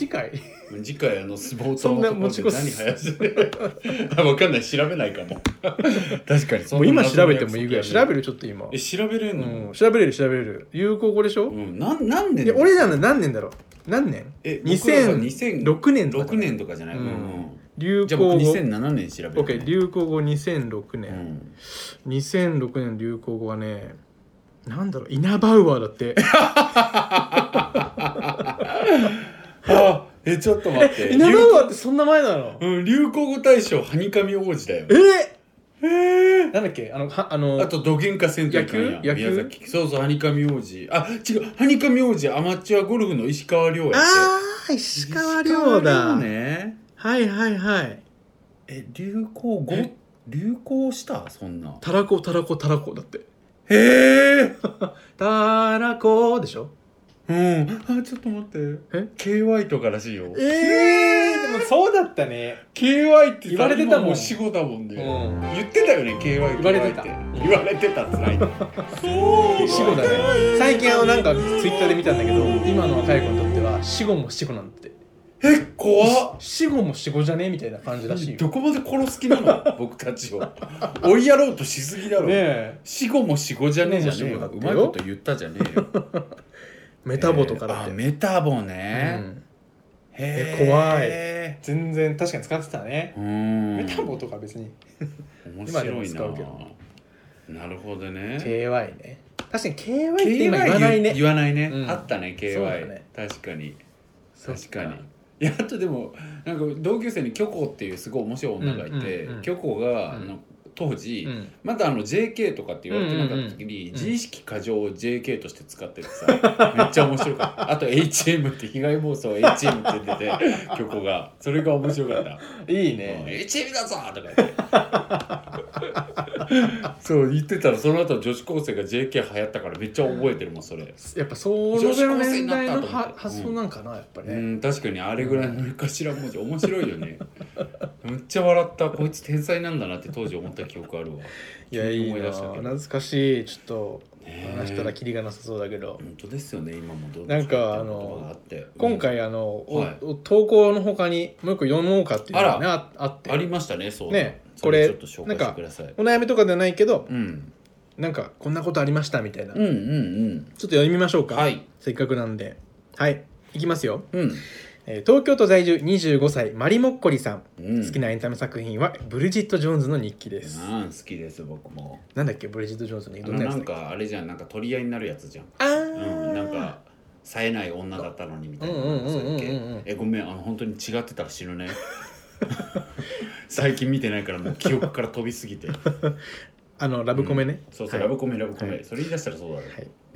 次回相撲とのところで何生やしてる分かんない、調べないかも確かにもう今調べてもいいぐらい。調べるちょっと今調べれるの、 調べれる流行語でしょ、 何年いや俺らの何年だろう、何年？2006年とか、 6年とかじゃない、 流じゃあ僕行語 2007年調べる、 OK、流行語2006年、2006年流行語はね、なんだろう、イナバウアーだってちょっと待って、 イナバウアーってそんな前なの？ 流行語大賞はにかみ王子だよ。 なんだっけ、 あとどげんかせんといかんや、 野球宮崎、そうそう、はにかみ王子、違う、はにかみ王子アマチュアゴルフの石川遼やって。 石川遼だね。 はいはいはい。 流行したそんな。 たらこだってたらこでしょ。 ちょっと待って。KY とからしいよ。 でもそうだったね。 KY って言われてたもん。 もう死後だもんね、言ってたよね KY って。言われてたつらい死後だね。最近なんかツイッターで見たんだけど、今の若い子にとっては死後も死後なんだって。 怖っ。 死後も死後じゃねみたいな感じらしいよ。 どこまで殺す気なの僕たちを追いやろうとしすぎだろ、死後も死後じゃねえじゃねえよ。うまいこと言ったじゃねえよメタボとかだって。 メタボね、 怖い。全然確かに使ってたね。メタボとか別に面白いな。なるほどね。 KY ね。確かに KY って今言わないね。 言わないね、あったね KY。確かに。いや、あとでもなんか同級生に虚子っていうすごい面白い女がいて、虚子が当時、まだJK とかって言われてなかった時に、自意識過剰を JK として使っててさ、めっちゃ面白かった。あと HM って被害妄想 HM って出て虚子が、それが面白かった。 いいね、 HM だぞとか言ってそう言ってたら、その後女子高生が JK 流行ったからめっちゃ覚えてるもんそれ。 やっぱそういう年代の発想なんかな、やっぱね。確かにあれぐらいの頭文字面白いよねめっちゃ笑った。こいつ天才なんだなって当時思った記憶あるわ。 いや、いいな、懐かしい。ちょっっと話したらキリがなさそうだけど、 本当ですよね。今もどうなんか今回投稿の他にもう一個読もうかっていうのがあって、 ありましたね。そうね、これちょっと紹介してください。 お悩みとかではないけど、なんかこんなことありましたみたいな、ちょっと読みましょうか。せっかくなんで。はい、いきますよ。東京都在住25歳マリモッコリさん、好きなエンタメ作品はブリジット・ジョーンズの日記です。 好きです僕も。 なんだっけ、ブリジット・ジョーンズの日記。 なんかあれじゃん、なんか取り合いになるやつじゃん。なんか冴えない女だったのにみたいな。ごめん、本当に違ってたら死ぬね最近見てないからもう記憶から飛びすぎてラブコメね。 そうそう、ラブコメ。それ言い出したらそうだね。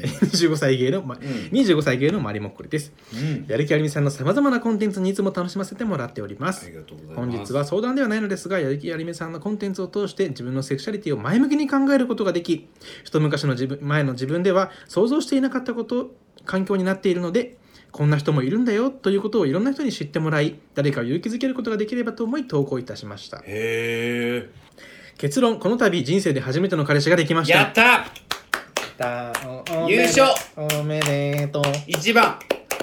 25歳芸のマリモッコリです。やる気ありみさんのさまざまなコンテンツにいつも楽しませてもらっております。本日は相談ではないのですが、やる気ありみさんのコンテンツを通して自分のセクシャリティを前向きに考えることができ、一昔の前の自分では想像していなかった環境になっているので、こんな人もいるんだよということをいろんな人に知ってもらい、誰かを勇気づけることができればと思い投稿いたしました。結論、この度人生で初めての彼氏ができました。 やった優勝おめでとう。 一番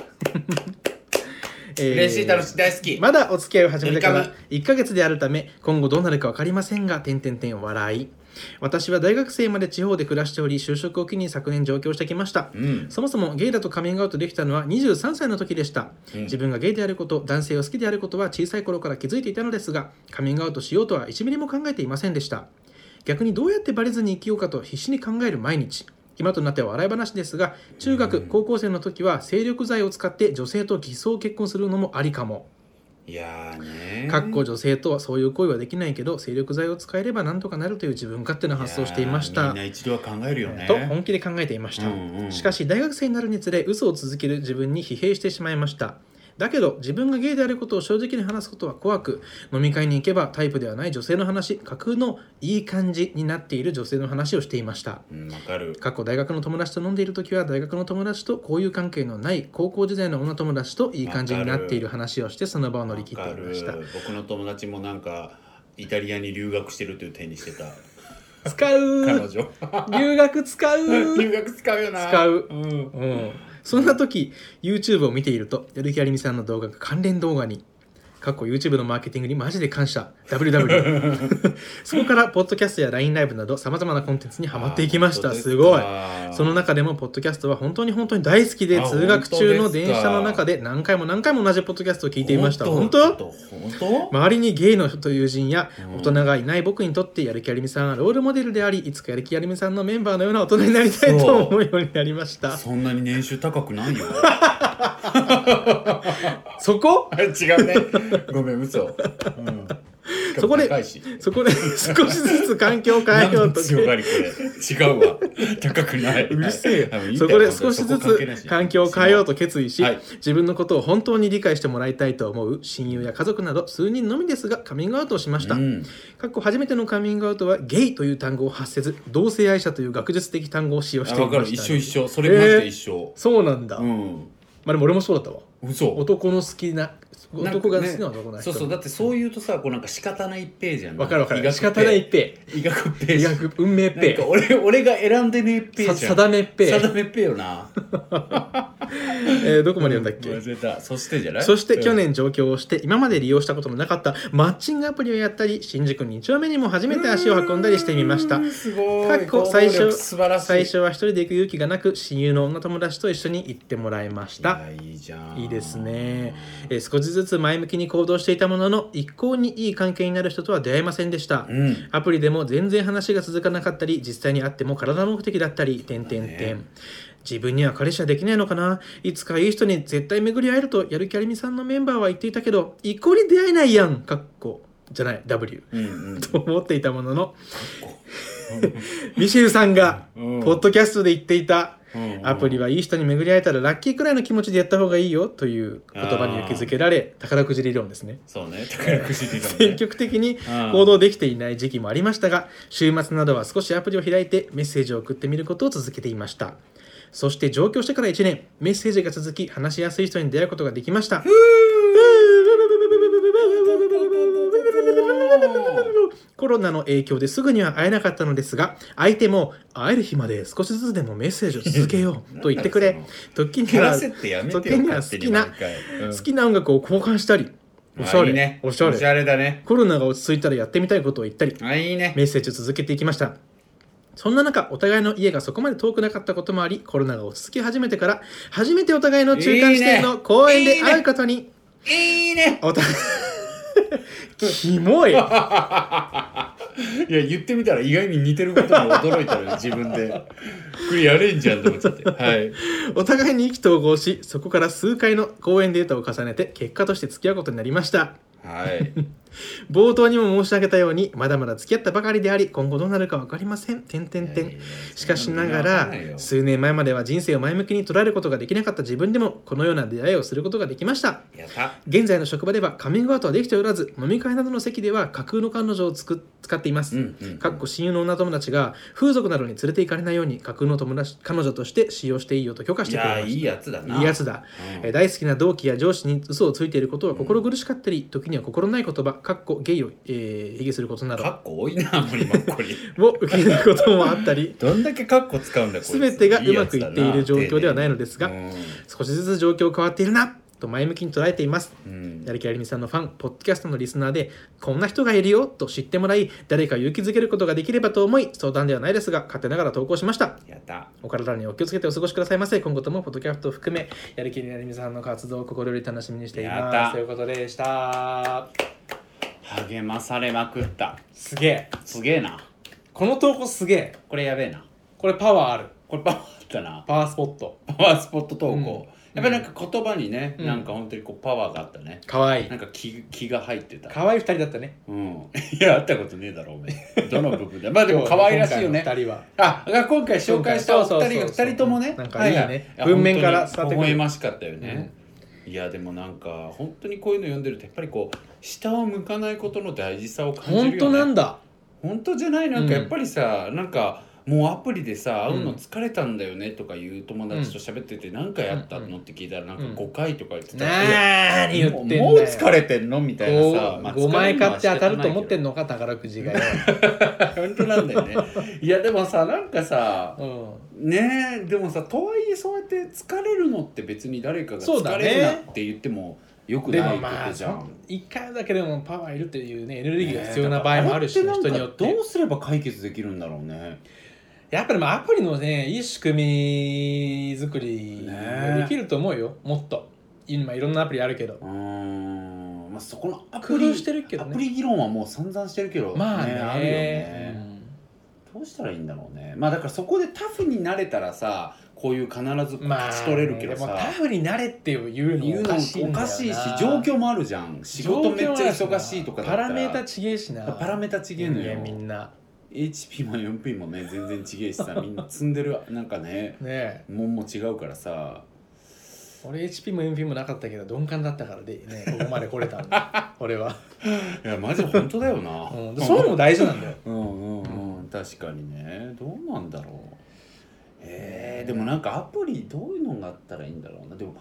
嬉しい、楽しい、大好き。 まだお付き合いを始めてから1ヶ月であるため、今後どうなるか分かりませんが、笑い。私は大学生まで地方で暮らしており、就職を機に昨年上京してきました。そもそもゲイだとカミングアウトできたのは23歳の時でした。自分がゲイであること、男性を好きであることは小さい頃から気づいていたのですが、カミングアウトしようとは1ミリも考えていませんでした。逆にどうやってバレずに生きようかと必死に考える毎日。今となっては笑い話ですが、中学、高校生の時は精力剤を使って女性と偽装結婚するのもありかも。 いやーね、 かっこ女性とはそういう行為はできないけど、精力剤を使えればなんとかなるという自分勝手な発想をしていました。 みんな一度は考えるよねと本気で考えていました。しかし大学生になるにつれ、嘘を続ける自分に疲弊してしまいました。だけど自分がゲイであることを正直に話すことは怖く、飲み会に行けばタイプではない女性の話、架空のいい感じになっている女性の話をしていました。 わかる。 過去大学の友達と飲んでいる時は、大学の友達と交友関係のない高校時代の女友達といい感じになっている話をして、その場を乗り切っていました。 僕の友達もなんかイタリアに留学してるという手にしてた。 使う彼女留学使う留学使うよな。 使う、 そんな時 YouTube を見ているとやる気ありみさんの動画が関連動画にYouTube のマーケティングにマジで感謝 WW そこからポッドキャストや LINE ライブなどさまざまなコンテンツにハマっていきました。すごい。その中でもポッドキャストは本当に大好きで、通学中の電車の中で何回も同じポッドキャストを聞いていました。本当周りにゲイの人と友人や大人がいない僕にとってやる気ありみさんはロールモデルであり、いつかやる気ありみさんのメンバーのような大人になりたいと思うようになりました。 そんなに年収高くないよそこ違うねごめん嘘、 そこで少しずつ環境を変えようと強がりこれ違うわ高くないうるせえよそこで少しずつ環境を変えようと決意し、自分のことを本当に理解してもらいたいと思う親友や家族など数人のみですがカミングアウトをしました。初めてのカミングアウトはゲイという単語を発せず同性愛者という学術的単語を使用していました。 分かる一緒それマジで一緒、 そうなんだ、まあでも俺もそうだったわ。男が好きな男ない。 そうだってそう言うとさこうなんか仕方ない一平じゃん。 わかる仕方ない一平医学ペ医学運命ペなんか俺が選んでね一平じゃん。 定めペよなどこまで読んだっけ。 忘れた。そしてじゃない。 そして去年上京をして今まで利用したことのなかったマッチングアプリをやったり、新宿2丁目にも初めて足を運んだりしてみました。 すごい。 最初は一人で行く勇気がなく親友の女友達と一緒に行ってもらいました。 いいじゃん。 いいですね。少しずつ前向きに行動していたものの一向にいい関係になる人とは出会えませんでした、アプリでも全然話が続かなかったり、実際に会っても体目的だったり自分には彼氏はできないのかな、いつかいい人に絶対巡り会えるとやる気ありみさんのメンバーは言っていたけど一向に出会えないやんじゃない W、と思っていたもののミシェルさんがポッドキャストで言っていたアプリはいい人に巡り会えたらラッキーくらいの気持ちでやった方がいいよという言葉に勇気づけられ、宝くじ理論ですね。 そうね、宝くじ理論ね。 積極的に行動できていない時期もありましたが、週末などは少しアプリを開いてメッセージを送ってみることを続けていました。そして上京してから1年、メッセージが続き話しやすい人に出会うことができました。コロナの影響ですぐには会えなかったのですが、相手も会える日まで少しずつでもメッセージを続けようと言ってくれ、時には好きな音楽を交換したり、おしゃれだね。 コロナが落ち着いたらやってみたいことを言ったり、 いいね、 メッセージを続けていきました。そんな中、お互いの家がそこまで遠くなかったこともあり、コロナが落ち着き始めてから初めてお互いの中間地点の公園で会うことに。 いいね。 お互いキモい。 いや言ってみたら意外に似てることに驚いたのよ自分で。これやれんじゃんと思っちゃって、はい、 お互いに意気投合し、そこから数回の公演データを重ねて結果として付き合うことになりました。 はい冒頭にも申し上げたようにまだまだ付き合ったばかりであり、今後どうなるか分かりません。しかしながら数年前までは人生を前向きに捉えることができなかった自分でもこのような出会いをすることができました。現在の職場ではカミングアウトはできておらず、飲み会などの席では架空の彼女を使っています。親友の女友達が風俗などに連れて行かれないように架空の彼女として使用していいよと許可してくれました。 いいやつだな。 いいやつだ、大好きな同期や上司に嘘をついていることは心苦しかったり、時には心ない言葉ゲイを卑下することなど多いな、森まっこりを受け入れることもあったりどんだけカッコ使うんだこいつ。 全てがうまくいっている状況ではないのですが、少しずつ状況変わっているなと前向きに捉えています。やる気ありみさんのファン、ポッドキャストのリスナーでこんな人がいるよと知ってもらい、誰か勇気づけることができればと思い、相談ではないですが勝手ながら投稿しました。 やった。 お体にお気をつけてお過ごしくださいませ。今後ともポッドキャストを含めやる気ありみさんの活動を心より楽しみにしています。ということでした。 励まされまくった。 すげえな。この投稿すげえ。 これやべえな。 これパワーある。 これパワーあったな。 パワースポット投稿、やっぱりなんか言葉にね、なんか本当にこうパワーがあったね。 かわいい。 なんか気が入ってた。 かわいい2人だったね。 いや、会ったことねえだろおめえ。どの部分で。まあでも可愛らしいよね。 2人は。 今回紹介した2人ともね。 なんかいいね。文面から伝わってくる。 微笑ましかったよね。いやでもなんか本当にこういうの読んでるとやっぱりこう下を向かないことの大事さを感じるよね。 本当なんだ。 本当じゃない。なんかやっぱりさ、なんかもうアプリでさ会うの疲れたんだよねとかいう友達と喋ってて、何回やったのって聞いたらなんか5回とか言ってたら、 何言ってんだよ、 もう疲れてんのみたいなさ、 5枚買って当たると思ってんのか、宝くじがよ本当なんだよね。いやでもさ、なんかさ、ねえ、でもさ、とはいえそうやって疲れるのって別に誰かが疲れるなって言ってもよくないことじゃん。 1回だけでもパワーいるっていうね、エネルギーが必要な場合もあるし、人によって。 どうすれば解決できるんだろうね。 やっぱりアプリのね、いい仕組み作りできると思うよ、もっと。今いろんなアプリあるけど。 まあ、そこのアプリしてるけど、ね、 アプリ議論はもう散々してるけど、 まあね、 あるよね、どうしたらいいんだろうね。まあだからそこでタフになれたらさ、こういう必ず勝ち取れるけどさ、 でもタフになれっていうのもおかしいし、 状況もあるじゃん。仕事めっちゃ忙しいとかだったらパラメータちげえしな。 パラメータちげえのよ、 みんな。 HP も 4P もね全然ちげえしさ、みんな積んでるなんかねもんも違うからさ。 俺 HP も 4P もなかったけど鈍感だったからでね、ここまで来れたんだ俺は。 いやマジ本当だよな、 そういうのも大事なんだよ。 確かにね。どうなんだろう。でもなんかアプリどういうのがあったらいいんだろうな。でも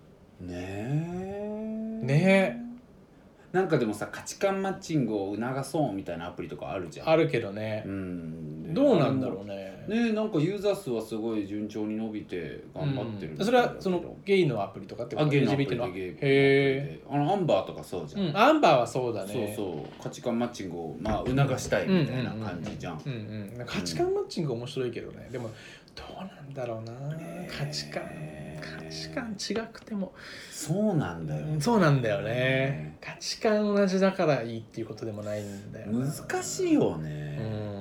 ねえなんかでもさ、価値観マッチングを促そうみたいなアプリとかあるじゃん。 あるけどね、どうなんだろうね。 なんかユーザー数はすごい順調に伸びて頑張ってる、 それはそのゲイのアプリとかってこと？ ゲイのアプリでへえ。 アンバーとかそうじゃん、 アンバーはそうだね。 そう価値観マッチングを促したいみたいな感じじゃん。 価値観マッチング面白いけどね。でもどうなんだろうな、価値観違くてもそうなんだよ、 そうなんだよね。価値観同じだからいいっていうことでもないんだよな。 難しいよね。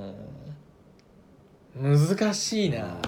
難しいな。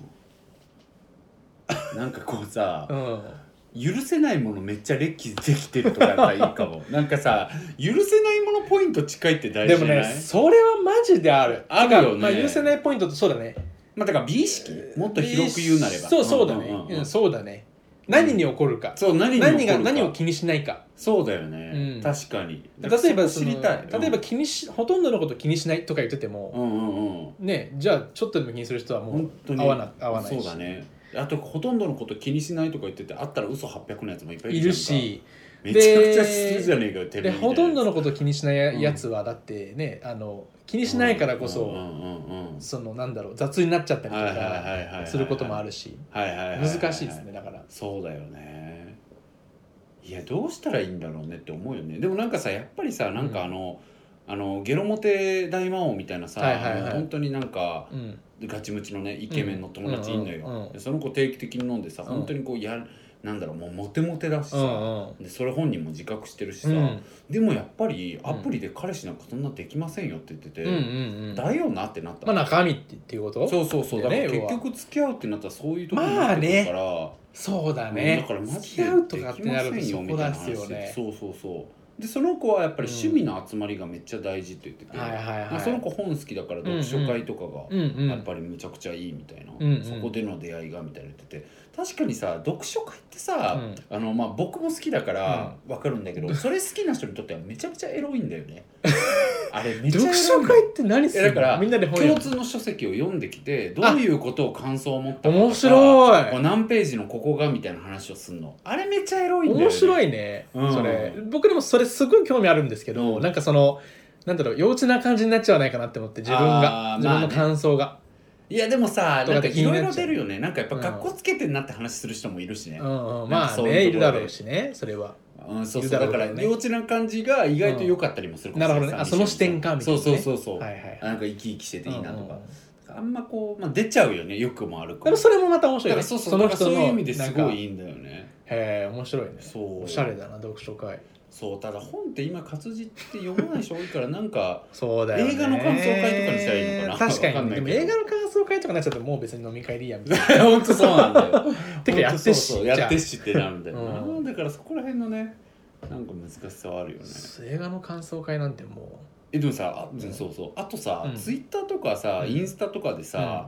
なんかこうさ、許せないものめっちゃ列記できてるとかやったらいいかも。なんかさ、許せないものポイント近いって大事じゃない？ でもね、それはマジである。 あるよね。 許せないポイントってそうだね。 だから美意識もっと広く言うなれば。 そうだね。そうだね。何に起こるか、何を気にしないか。 そうだよね、確かに。 例えばほとんどのこと気にしないとか言ってても、ね、じゃあちょっとでも気にする人はもう合わないし。 そうだね。あとほとんどのこと気にしないとか言ってて、あったら嘘800のやつもいっぱいいるし、 めちゃくちゃするじゃねえかよ。 でほとんどのこと気にしないやつはだってね、気にしないからこそなんだろう、雑になっちゃったりとかすることもあるし、難しいですね。だからそうだよね。いやどうしたらいいんだろうねって思うよね。でもなんかさ、やっぱりさ、なんかゲロモテ大魔王みたいなさ、本当になんかガチムチのねイケメンの友達いんのよ。その子定期的に飲んでさ、本当にこうなんだろう、もうモテモテだしさ、でそれ本人も自覚してるしさ、でもやっぱりアプリで彼氏なんかそんなできませんよって言ってて、だよなってなった。 中身っていうこと？ そうだから結局付き合うってなったらそういうところになってくるから、 そうだね。 だからマジで付き合うとかってなるとそこですよね。 でその子はやっぱり趣味の集まりがめっちゃ大事って言ってて、その子本好きだから読書会とかがやっぱりむちゃくちゃいいみたいな、そこでの出会いがみたいな言ってて、確かにさ読書会ってさ、僕も好きだから分かるんだけど、それ好きな人にとってはめちゃくちゃエロいんだよね。あれめっちゃエロい。 読書会って何するの？ だからみんなで共通の書籍を読んできて、どういうことを感想を持ったかとか、 面白い、 何ページのここがみたいな話をするの。あれめっちゃエロいんだよね。 面白いね、それ。僕でもそれすごい興味あるんですけど、なんかなんだろう、幼稚な感じになっちゃわないかなって思って、自分の感想が。 いやでもさ、なんかいろいろ出るよね。なんかやっぱ格好つけてんなって話する人もいるしね。 まあね、いるだろうしね、それは。 そうだから幼稚な感じが意外と良かったりもするかもしれない。 なるほどね。その視点かみたいな。 そうなんか生き生きしてていいなとか。あんまこう出ちゃうよね。よくもあるから。でもそれもまた面白いね。 その人のそういう意味ですごいいいんだよね。 へえ、面白いね。おしゃれだな、読書会。 ただ本って今活字って読まない人多いから、なんかそうだよね、 映画の感想会とかにしたらいいのかな。 確かに。でも映画の感想会とかになっちゃうともう別に飲み会でいいやみたいな。 本当そうなんだよ。 てかやってっしやってっしってなるんだよな。だからそこら辺のね、なんか難しさはあるよね。 映画の感想会なんてもうでもさ、あとさ、ツイッターとかさ、インスタとかでさ、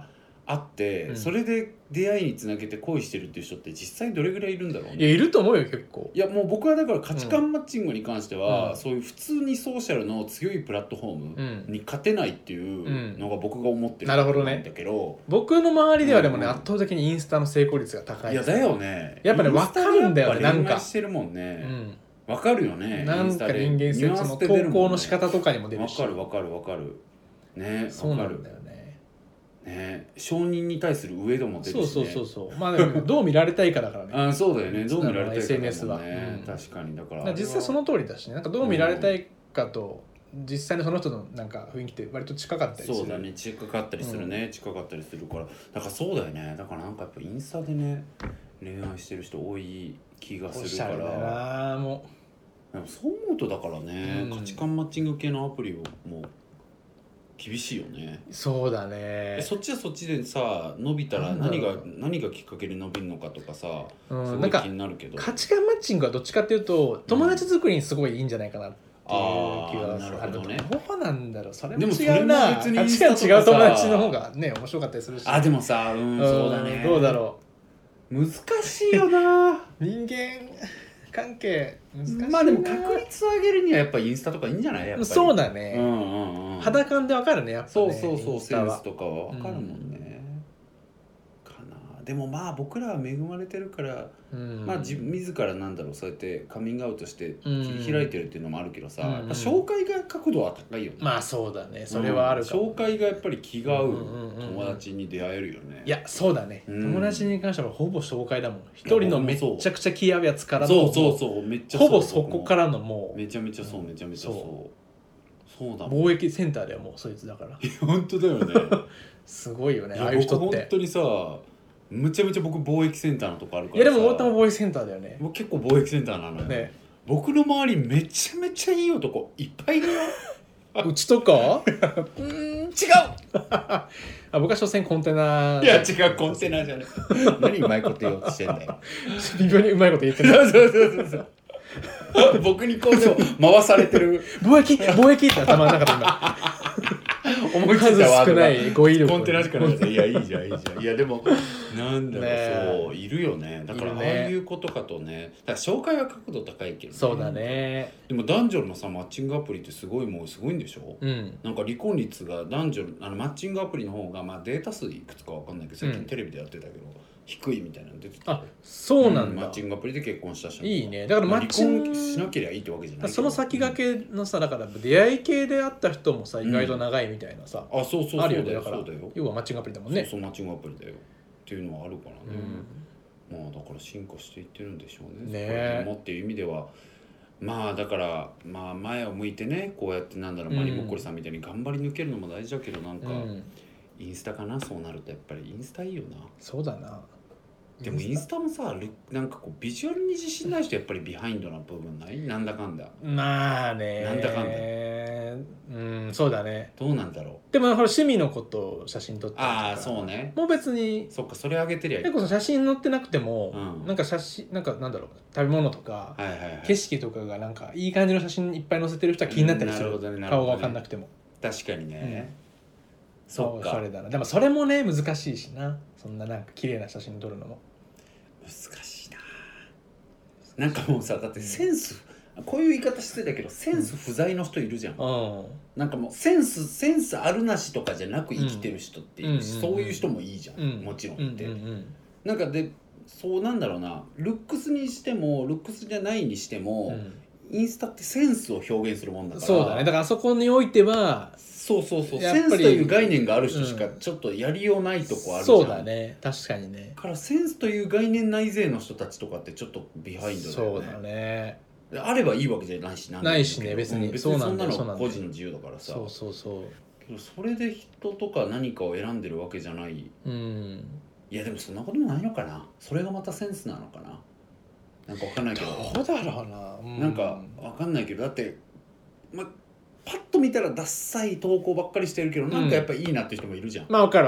あって、それで出会いにつなげて恋してるっていう人って実際どれぐらいいるんだろうね。 いやいると思うよ結構。 いやもう僕はだから価値観マッチングに関しては、そういう普通にソーシャルの強いプラットフォームに勝てないっていうのが僕が思ってるんだけど、 僕の周りではでもね、圧倒的にインスタの成功率が高い。 いやだよね。 やっぱね分かるんだよね。 なんか恋愛してるもんね。分かるよね。 なんか人間性その投稿の仕方とかにも出るし。 分かるね。 そうなんだよね。 ね、承認に対する上度も出るし、ね、 そうまあでもどう見られたいかだからね。 あそうだよね、どう見られたいかだもんね。 SNS は、 確かに。だから実際その通りだしね。なんかどう見られたいかと、実際にその人のなんか雰囲気って割と近かったりする。 そうだね、近かったりするね、近かったりするから。だからそうだよね。だからなんかやっぱインスタでね恋愛してる人多い気がするから。おしゃれだなもう。でもそう思うとだからね、価値観マッチング系のアプリをもう厳しいよね。 そうだね。 そっちはそっちでさ伸びたら何がきっかけで伸びるのかとかさ、すごい気になるけど、 価値観マッチングはどっちかっていうと友達作りにすごいいいんじゃないかなっていう気がする。 なるほどね。 どうなんだろう。それも違うな。価値観違う友達の方がね面白かったりするし。 でもさ、そうだね。 どうだろう。難しいよな。 人間関係難しいな。 まあでも確率を上げるにはやっぱインスタとかいいんじゃない？やっぱりそうだね。肌感でわかるねやっぱね。 そうセンスとかはわかるもんね。かな。でもまあ僕らは恵まれてるから、まあ自らなんだろう、そうやってカミングアウトして切り開いてるっていうのもあるけどさ、やっぱ紹介が角度は高いよね。 まあそうだね。それはあるかも。 紹介がやっぱり気が合う友達に出会えるよね。 いやそうだね。友達に関してはほぼ紹介だもん。一人のめちゃくちゃ気合うやつからの、そうめっちゃほぼそこからのもうめちゃめちゃそうそうだもん。 貿易センターではもうそいつだから。 本当だよね。 すごいよね。ああいう人って本当にさ、むちゃめちゃ僕貿易センターのとこあるからさ。 いやでも太田も貿易センターだよね。 僕結構貿易センターなのよね。僕の周りめちゃめちゃいい男いっぱいいるよ。 うちとか違う僕は所詮コンテナ。 いや違う、コンテナじゃない。何うまいこと言おうとしてんだよ。 微妙にうまいこと言ってる。 そう僕にこうでも回されてる。 貿易って頭の中で今思いついたワードが数少ない語彙力。 コンテナしかない。いやいいじゃん。いやでもなんだろう、そういるよね。だからああいうことかとね。だから紹介は角度高いけどね。 そうだね。 でも男女のさマッチングアプリってすごいんでしょ。なんか離婚率が男女マッチングアプリの方がまあデータ数いくつかわかんないけど、最近テレビでやってたけど低いみたいなの出てた。 あ、そうなんだ。 マッチングアプリで結婚した人いいね。だからマッチングしなければいいってわけじゃない。 その先駆けのさ、だから出会い系であった人もさ意外と長いみたいなさ。 そうあるよね。だから要はマッチングアプリだもんね。 そうマッチングアプリだよっていうのはあるからね。まあだから進化していってるんでしょうね。ね。持っていう意味では。まあだからまあ前を向いてね、こうやってなんだろう、マリモッコリさんみたいに頑張り抜けるのも大事だけど、なんかインスタかな。そうなるとやっぱりインスタいいよな。 そうだな。 でもインスタもさ、なんかこうビジュアルに自信ない人やっぱりビハインドな部分ない？なんだかんだ。 まあね。 なんだかんだ。そうだね。 どうなんだろう。 でも趣味のことを写真撮ってそうね。 もう別に。 そっか、それあげてりゃいい。 結構写真載ってなくても、なんか写真なんかなんだろう、食べ物とか、景色とかがなんかいい感じの写真いっぱい載せてる人は気になったりする。顔が分かんなくても。 確かにね。 そっか。それだな。でもそれもね難しいしな。そんななんか綺麗な写真撮るのも。 難しいな。なんかもうさ、だってセンス、こういう言い方してたけどセンス不在の人いるじゃん。なんかもうセンスあるなしとかじゃなく生きてる人っていう、そういう人もいいじゃん。もちろんって、なんかでそうなんだろうな、ルックスにしてもルックスじゃないにしても、インスタってセンスを表現するもんだから。 そうだね。だからあそこにおいてはそうセンスという概念がある人しかちょっとやりようないとこあるじゃん。 そうだね、確かにね。 からセンスという概念内勢の人たちとかってちょっとビハインドだよね。 そうだね。 あればいいわけじゃないし、 ないしね、別にそんなの個人の自由だからさ。 そうけどそれで人とか何かを選んでるわけじゃない。いやでもそんなこともないのかな。それがまたセンスなのかな。なんかわかんないけど。 どうだろうな。 なんかわかんないけど、だってパッと見たらダッサい投稿ばっかりしてるけど、なんかやっぱいいなって人もいるじゃん。 まあわかる。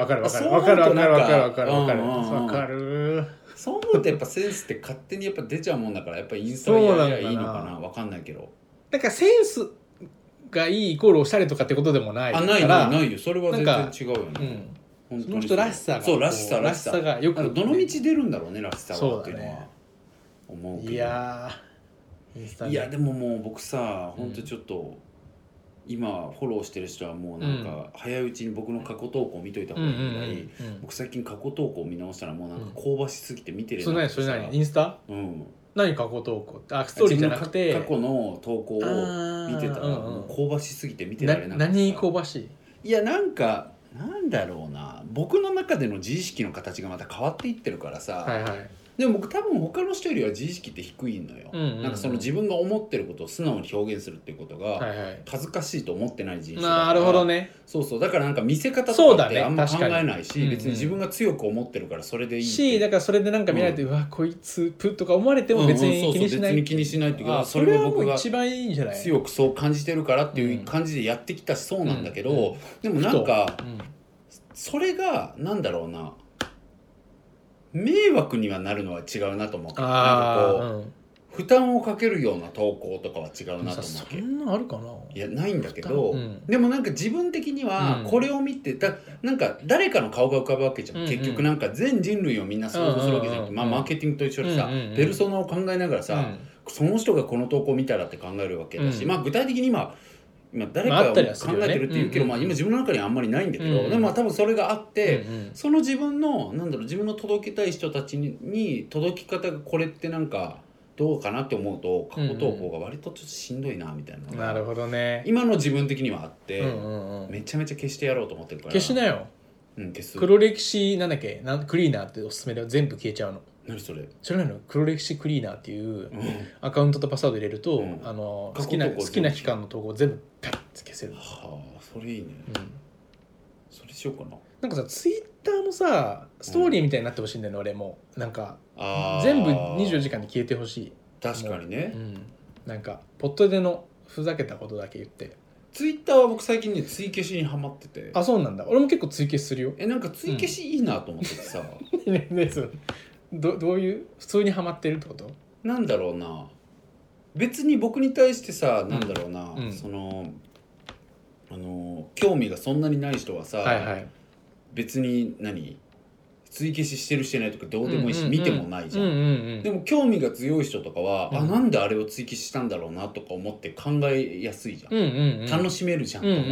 そう思うとやっぱセンスって勝手にやっぱ出ちゃうもんだから、やっぱインスタやりゃいいのかな。わかんないけど。 だからセンスがいいイコールおしゃれとかってことでもないから。 ないよ。それは全然違うよね。 本当にその人らしさがそうらしさがよく、ね、 どの道出るんだろうねらしさはっていうのは思うけど。 いやでももう僕さ本当ちょっと、今フォローしてる人はもうなんか早いうちに僕の過去投稿見といた方がいいぐらい、僕最近過去投稿を見直したらもうなんか香ばしすぎて見てれなくてさ。 それ何インスタ？何過去投稿ってストーリーじゃなくて過去の投稿を見てたらもう香ばしすぎて見てられなくて。 何香ばしい？ いやなんかなんだろうな、僕の中での自意識の形がまた変わっていってるからさ、でも僕多分他の人よりは自意識って低いのよ、なんかその自分が思ってることを素直に表現するっていうことが恥ずかしいと思ってない人種だから、 なるほどね。 そうだからなんか見せ方とかってあんま考えないし、別に自分が強く思ってるからそれでいいし、 だからそれでなんか見られて、うわこいつプとか思われても別に気にしない、 別に気にしないっていうか、 それは僕が一番いいんじゃない、 強くそう感じてるからっていう感じでやってきたしそうなんだけど、でもなんかそれがなんだろうな、迷惑にはなるのは違うなと思う。なんかこう、負担をかけるような投稿とかは違うなと思う。 そんなあるかな。 いやないんだけど、でもなんか自分的にはこれを見てなんか誰かの顔が浮かぶわけじゃん、結局なんか全人類をみんな想像するわけじゃなくて、マーケティングと一緒でさ、ペルソナを考えながらさ、その人がこの投稿を見たらって考えるわけだし、具体的に今誰かを考えてるっていうけど、今自分の中にはあんまりないんだけど、でも多分それがあって、その自分の自分の届けたい人たちに届き方がこれってなんかどうかなって思うと、過去投稿が割とちょっとしんどいなみたいなのが、 なるほどね、 今の自分的にはあって、めちゃめちゃ消してやろうと思ってるから。 消しなよ。消す。黒歴史なんだっけ、クリーナーっておすすめで全部消えちゃうの。 何それ？ 知らないの？黒歴史クリーナーっていうアカウントとパスワード入れると、好きな期間の投稿を全部パッて消せる。 はあ、それいいね。それしようかな。 なんかさ、ツイッターのさストーリーみたいになってほしいんだよね、俺も。なんか全部24時間で消えてほしい。 確かにね。 なんかポットでのふざけたことだけ言って。 ツイッターは僕最近ね追消しにハマってて。 あ、そうなんだ。俺も結構追消しするよ。 なんか追消しいいなと思っててさ。 どういう普通にハマってるってこと？ なんだろうな、別に僕に対してさ、なんだろうな、その興味がそんなにない人はさ、別に追消ししてるしてないとかどうでもいいし、見てもないじゃん。でも興味が強い人とかは、なんであれを追消ししたんだろうなとか思って考えやすいじゃん、楽しめるじゃんと思って、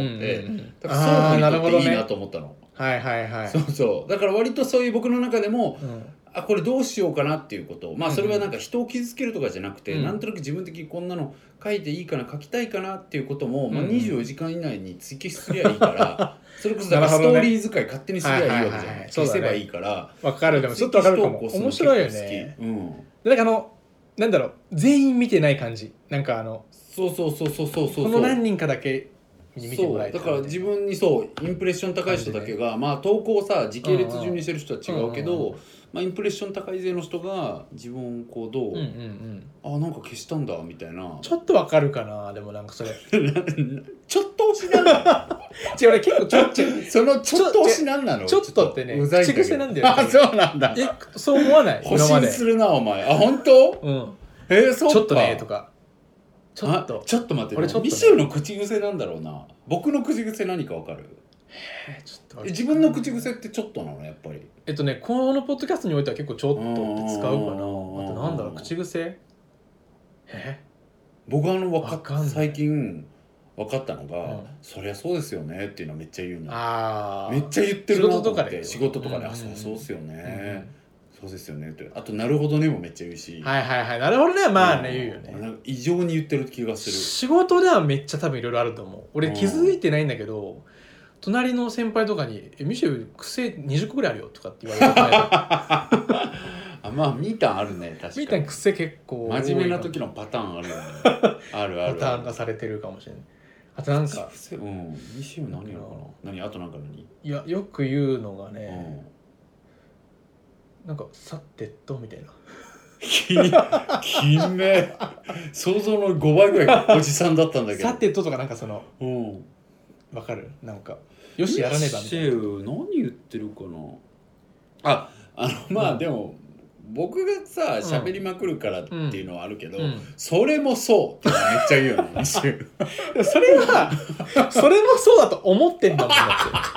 だから双方にとっていいなと思ったの。そうだから割とそういう僕の中でも、これどうしようかなっていうことを、それはなんか人を傷つけるとかじゃなくて、なんとなく自分的にこんなの書いていいかな、書きたいかなっていうことも、24時間以内に追記すりゃいいからそれこそだからストーリー使い勝手にすりゃいいわけじゃん、消せばいいから。 わかる。でもちょっとわかるかも。面白いよね。なんかなんだろう、全員見てない感じ。なんかそうこの何人かだけ見てもらえた。 だから自分にインプレッション高い人だけが、投稿をさ時系列順にしてる人は違うけど、インプレッション高い勢の人が自分をこうどう、なんか消したんだみたいな。 ちょっとわかるかな。でもなんかそれちょっと押しなんだ違う、俺結構そのちょっと押しなんなの？ ちょっとってね、口癖なんだよ。 そうなんだ。 そう思わない？ 保身するなお前。本当？そうか。 ちょっとねとか。ちょっと待って、ミシェルの口癖なんだろうな。僕の口癖何かわかる？ ちょっと自分の口癖ってちょっとなのやっぱり。 このポッドキャストにおいては結構ちょっとって使うかな。あとなんだろう、口癖。 僕最近分かったのが、そりゃそうですよねっていうのはめっちゃ言うの。めっちゃ言ってるなと思って。仕事とかでそうですよね、そうですよねって。あとなるほどねもめっちゃ言うし。 なるほどねは言うよね。 異常に言ってる気がする。 仕事ではめっちゃ多分いろいろあると思う。俺気づいてないんだけど、隣の先輩とかにミシェル癖20個ぐらいあるよとかって言われてミータンあるね。確かにミータン癖結構真面目な時のパターンあるよねあるパターン化されてるかもしれない。あとなんかミシェル何やろうな。あとなんかいやよく言うのがね、なんかさてとみたいなきめ想像の5倍ぐらいおじさんだったんだけどさてととかなんかわかる？なんかよしやらねばみたいな。 何言ってるかな。でも僕がさ喋りまくるからっていうのはあるけど、それもそうってめっちゃ言うよねそれもそうだと思ってんだもんだって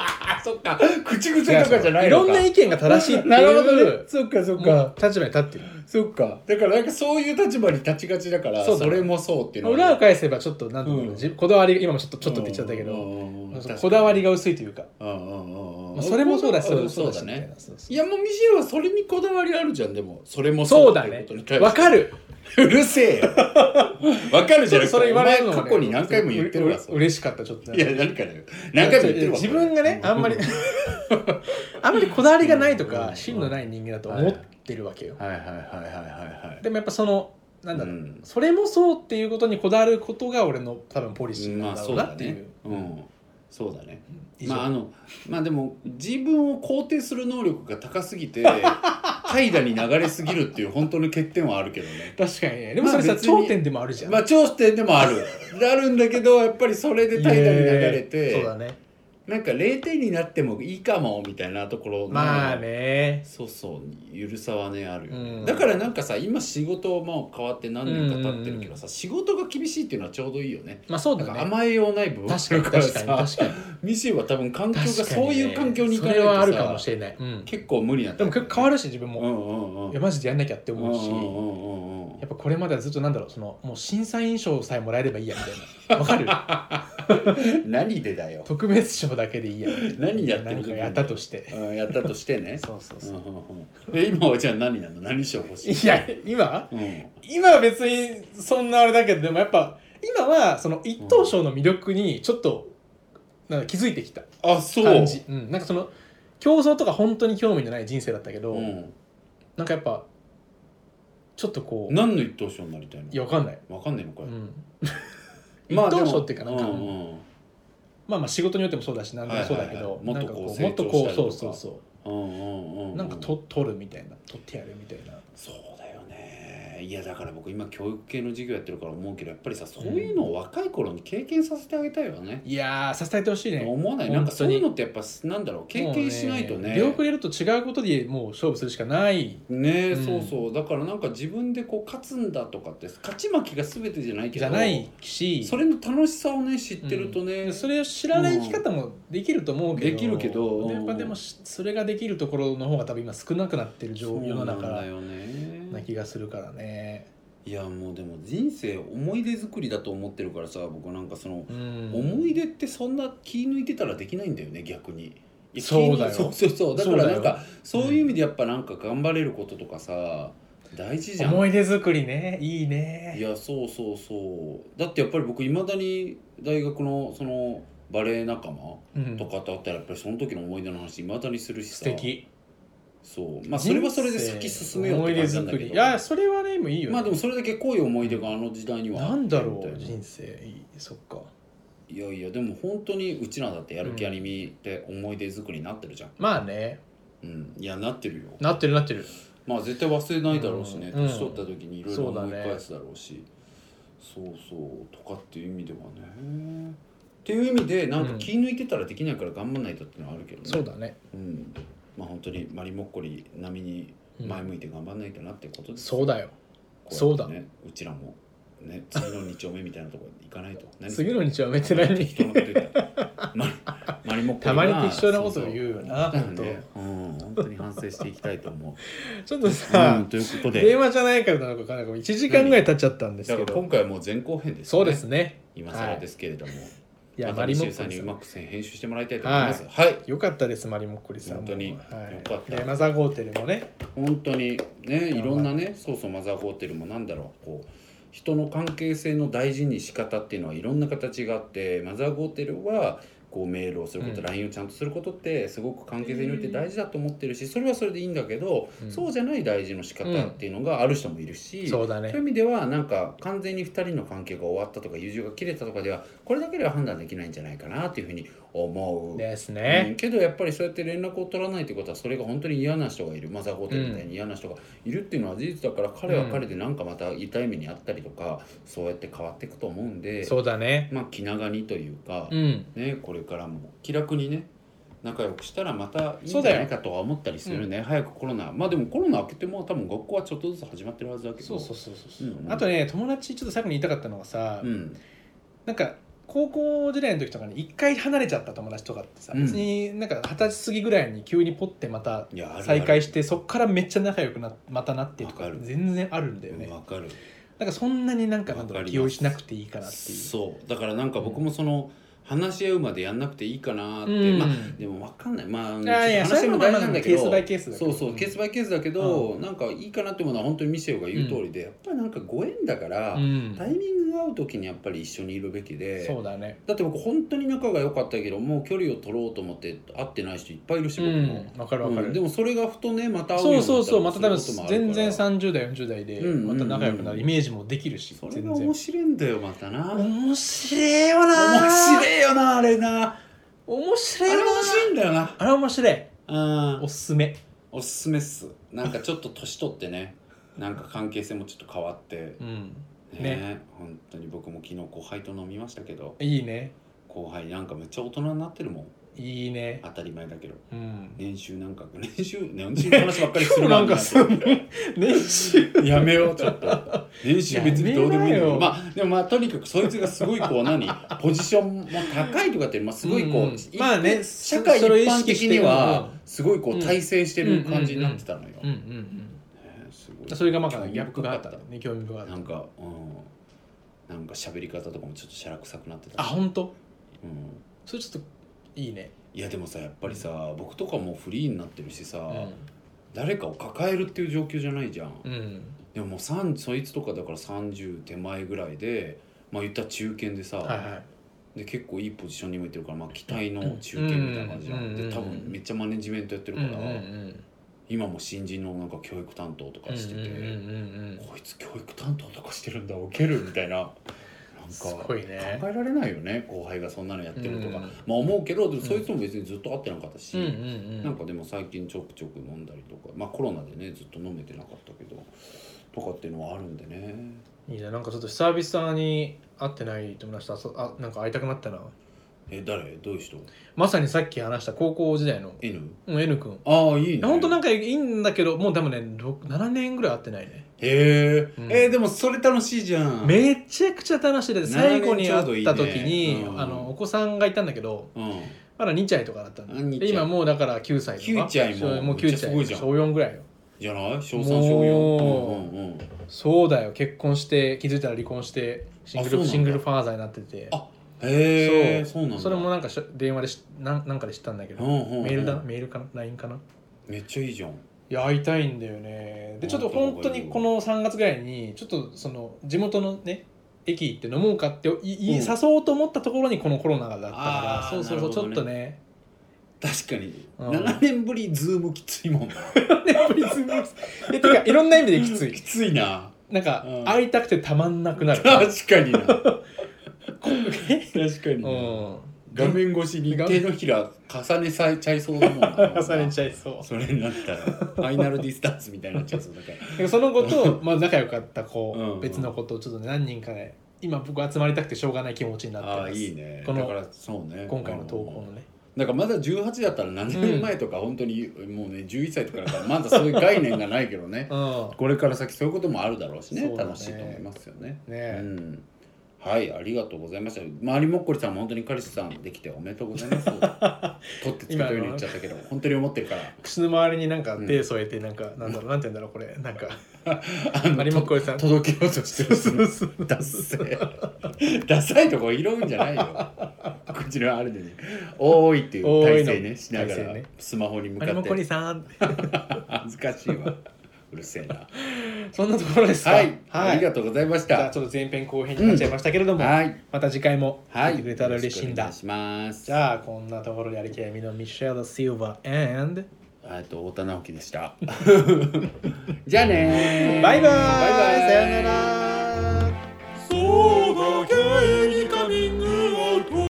そっか口癖とかじゃないのか。 いろんな意見が正しいっていうなるほどね。そっかそっか立場に立ってる。 そっか。だからなんかそういう立場に立ちがちだから、それもそうっていうのは、 裏を返せばちょっとなんていうの、こだわり今もちょっとって言っちゃったけど、こだわりが薄いというか。それもそうだし、 そうだね。いやもうミシェルはそれにこだわりあるじゃん。でもそれもそうだね。わかる。 うるせえよ。わかるじゃん。 それ言われるの過去に何回も言ってるわ。 嬉しかったちょっと。 いや何かだよ。何回も言ってるわ。 自分がねあんまりこだわりがないとか芯のない人間だと思ってるわけよ。でもやっぱそのなんだろう、それもそうっていうことにこだわることが俺の多分ポリシーなんだろうなっていう。 そうだね。まあでも自分を肯定する能力が高すぎて怠惰に流れすぎるっていう本当の欠点はあるけどね。 確かにね。でもそれさ、頂点でもあるじゃん。 まあ頂点でもあるんだけど、やっぱりそれで怠惰に流れて、 そうだね。 なんか0点になってもいいかもみたいなところの、 まあね、 そうそうゆるさはねあるよね、だからなんかさ今仕事も変わって何年か経ってるけどさ、仕事が厳しいっていうのはちょうどいいよね。 まあそうだね。 甘えようない部分確かに確かにミシェは多分環境がそういう環境に行かないとさ、 それはあるかもしれない、 結構無理なでも結構変わるし自分も、いやマジでやんなきゃって思うし、やっぱこれまではずっとなんだろう、そのもう審査員賞さえもらえればいいやみたいな、わかる何でだよ、 特別賞だけでいいやみたいな、 何やってる、 何かやったとして、 やったとしてねそうそうそう、 今はじゃあ何なの、何賞欲しい。 いや今、今は別にそんなあれだけど、でもやっぱ今はその一等賞の魅力にちょっとなんか気づいてきた感じ、なんかその競争とか本当に興味のない人生だったけど、なんかやっぱちょっとこう何の一等賞になりたいの。 いやわかんないのかよ、 一等賞っていうかなんか、まあ仕事によってもそうだし何でもそうだけど、 もっとこうそうなんか取るみたいな、取ってやるみたいな。 そうだよね。いやだから僕今教育系の授業やってるから思うけど、やっぱりさ、そういうのを若い頃に経験させてあげたいよね。 いやさせてあげてほしいね。 思わない？なんかそういうのってやっぱなんだろう、経験しないとね。 出遅れると違うことでもう勝負するしかないね。そうそう、だからなんか自分でこう勝つんだとかって勝ち負けが全てじゃないけど、 じゃないし、 それの楽しさをね知ってるとね、 それを知らない生き方もできると思うけど、 できるけど、 やっぱでもそれができるところの方が多分今少なくなってる世の中な気がするからね。 いやもうでも人生思い出作りだと思ってるからさ、僕なんかその、思い出ってそんな気抜いてたらできないんだよね、逆に。 そうだよ。 そうだからなんかそういう意味でやっぱなんか頑張れることとかさ、大事じゃん。 思い出作りね、いいね。 いやそうだってやっぱり僕いまだに大学のそのバレエ仲間とかとあったらやっぱりその時の思い出の話いまだにするしさ。 素敵。 そうまあそれはそれで先進めようって感じなんだけど、 いやそれはねもういいよね。 まあでもそれだけ濃い思い出があの時代にはなんだろう人生いい。そっか。 いやいやでも本当にうちらだってやる気アニメって思い出作りになってるじゃん。 まあね、 いやなってるよ。 なってるまあ絶対忘れないだろうしね、年取った時にいろいろ思い返すだろうし、そうとかっていう意味ではね、っていう意味でなんか気抜いてたらできないから頑張んないとっていうのはあるけどね。 そうだね。 まあ本当にマリモッコリ並みに前向いて頑張んないとなってことです。 そうだよ。 そうだね。うちらもね、次の2丁目みたいなところに行かないと。 次の2丁目って何？ 適当なこと言ったらマリモッコリたまに適当なことを言うよな。 本当に反省していきたいと思う。 ちょっとさ、 ということで電話じゃないからなのか分からないけど1時間ぐらい経っちゃったんですけど、 だから今回はもう前後編ですね。 そうですね。 今更ですけれども、 いやマリモッコリさんにうまく編集してもらいたいと思います。はい。 よかったですマリモッコリさん。 本当によかった。 でマザーホテルもね、 本当にね、いろんなね、そうマザーホテルもなんだろう、こう人の関係性の大事に仕方っていうのはいろんな形があって、マザーホテルはこうメールをすること、LINE をちゃんとすることってすごく関係性において大事だと思ってるし、それはそれでいいんだけど、そうじゃない大事の仕方っていうのがある人もいるし、 そうだね。 そういう意味ではなんか完全に2人の関係が終わったとか友情が切れたとかではこれだけでは判断できないんじゃないかなっていうふうに思うですね。 けどやっぱりそうやって連絡を取らないってことはそれが本当に嫌な人がいる、マザーホテルみたいに嫌な人がいるっていうのは事実だから、彼は彼でなんかまた痛い目にあったりとか、そうやって変わっていくと思うんで、 そうだね。 まあ気長にというか、ね、これからも気楽にね仲良くしたらまたいいんじゃないかとは思ったりするね。早くコロナ、まあでもコロナ明けても多分学校はちょっとずつ始まってるはずだけど、 そう、あとね友達ちょっと最後に言いたかったのがさ、なんか高校時代の時とかに一回離れちゃった友達とかってさ、別になんか20歳過ぎぐらいに急にポッてまた再会して、そっからめっちゃ仲良くまたなってとか全然あるんだよね。 わかる。 なんかそんなになんか気負いしなくていいかなっていう。 そうだからなんか僕もその、話し合うまでやんなくていいかなって、まあでも分かんない、まあ話し合いも大事なんだけど、ケースバイケースだけど、そうケースバイケースだけど、なんかいいかなってものは本当にミシェルが言う通りで、やっぱりなんかご縁だから、タイミングが合う時にやっぱり一緒にいるべきで、 そうだね。 だって僕本当に仲が良かったけど、もう距離を取ろうと思って会ってない人いっぱいいるし、僕も分かる分かる。 でもそれがふとねまた会うようになったら、 そうまた多分全然30代40代でまた仲良くなるイメージもできるし、 それが面白いんだよまたな。 面白いよな。 面白いよなあれな。 面白いよな。 あれ面白いんだよな。 あれ面白い。 おすすめ。 おすすめっす。なんかちょっと年取ってね、なんか関係性もちょっと変わって、ね、本当に僕も昨日後輩と飲みましたけど、 いいね。 後輩なんかめっちゃ大人になってるもん。 いいね。 当たり前だけど、年収の話ばっかりするなんか年収やめようちょっと。年収別にどうでもいいよ。まあでもまあとにかくそいつがすごいこうポジションも高いとかってすごいこう、 まあね、 社会一般的にはすごいこう体制してる感じになってたのよ。 それがまあギャップがあったね、興味深かった。 なんか喋り方とかもちょっとしゃらくさくなってた。 あ、本当？それちょっといいね。 いやでもさ、やっぱりさ、僕とかもフリーになってるしさ、誰かを抱えるっていう状況じゃないじゃん。でももうそいつとかだから30手前ぐらいで、まあ言ったら中堅でさ、で結構いいポジションにもいってるから、まあ期待の中堅みたいな感じじゃん。で多分めっちゃマネジメントやってるから、今も新人のなんか教育担当とかしてて、こいつ教育担当とかしてるんだ、ウケるみたいな。なんか考えられないよね、後輩がそんなのやってるとか、まあ思うけど、でもそいつも別にずっと会ってなかったし、なんかでも最近ちょくちょく飲んだりとか、まあコロナでねずっと飲めてなかったけどとかっていうのはあるんでね。 いいね、なんかちょっと久々に会ってない友達となんか会いたくなったな。 誰？どういう人？ まさにさっき話した高校時代の N 君。 ああ、いいね。 本当なんかいいんだけど、もう多分ね7年ぐらい会ってないね。 へえ、でもそれ楽しいじゃん。 めちゃくちゃ楽しいです。最後に会った時にお子さんがいたんだけど、まだ2歳とかだったんで、今もうだから9歳とか。 9歳もう9歳、小4ぐらいよ。 じゃない？小3小4。 そうだよ、結婚して気づいたら離婚してシングルファーザーになってて。 へえ、そうなんだ。 それもなんか電話でなんかで知ったんだけど、メールかな LINE かな。めっちゃいいじゃん。 いや、会いたいんだよね。でちょっと本当にこの3月ぐらいにちょっとその地元のね駅行って飲もうかって誘おうと思ったところにこのコロナがだったから、そうちょっとね。 確かに7年ぶりズームきついもんな。 7年ぶりズームてかいろんな意味できつい。 きついな。 なんか会いたくてたまんなくなる。 確かにな。確かに。画面越しに手のひら重ねちゃいそうだもんな。 重ねちゃいそう。 それになったらファイナルディスタンスみたいになっちゃいそうだから。 その子とまあ仲良かった子、別の子とちょっとね何人かね、今僕集まりたくてしょうがない気持ちになってます。 ああ、いいね。 このだからそうね、 今回の投稿のね。 なんかまだ18だったら何年前とか本当にもうね11歳とかだからまだそういう概念がないけどね。これから先そういうこともあるだろうしね、楽しいと思いますよね。はい、ありがとうございました。周りもっこりさんも本当に彼氏さんできておめでとうございます。取ってつけたように言っちゃったけど、本当に思ってるから。 口の周りになんか手添えてなんか、なんて言うんだろうこれ、なんか周りもっこりさん届けようとしてる。ダッセー。ダサいとこ拾うんじゃないよ。口のあれでね、おーいっていう体勢ねしながらスマホに向かって。周りもっこりさん。恥ずかしいわ。うるせえな。 そんなところですか。 はい、ありがとうございました。 じゃあちょっと前編後編になっちゃいましたけれども、また次回も聞いてくれたら嬉しいんだ。 じゃあこんなところでやりきやみのミシェル・シルバー and 太田直樹でした。じゃあねー。 バイバイ。さよなら。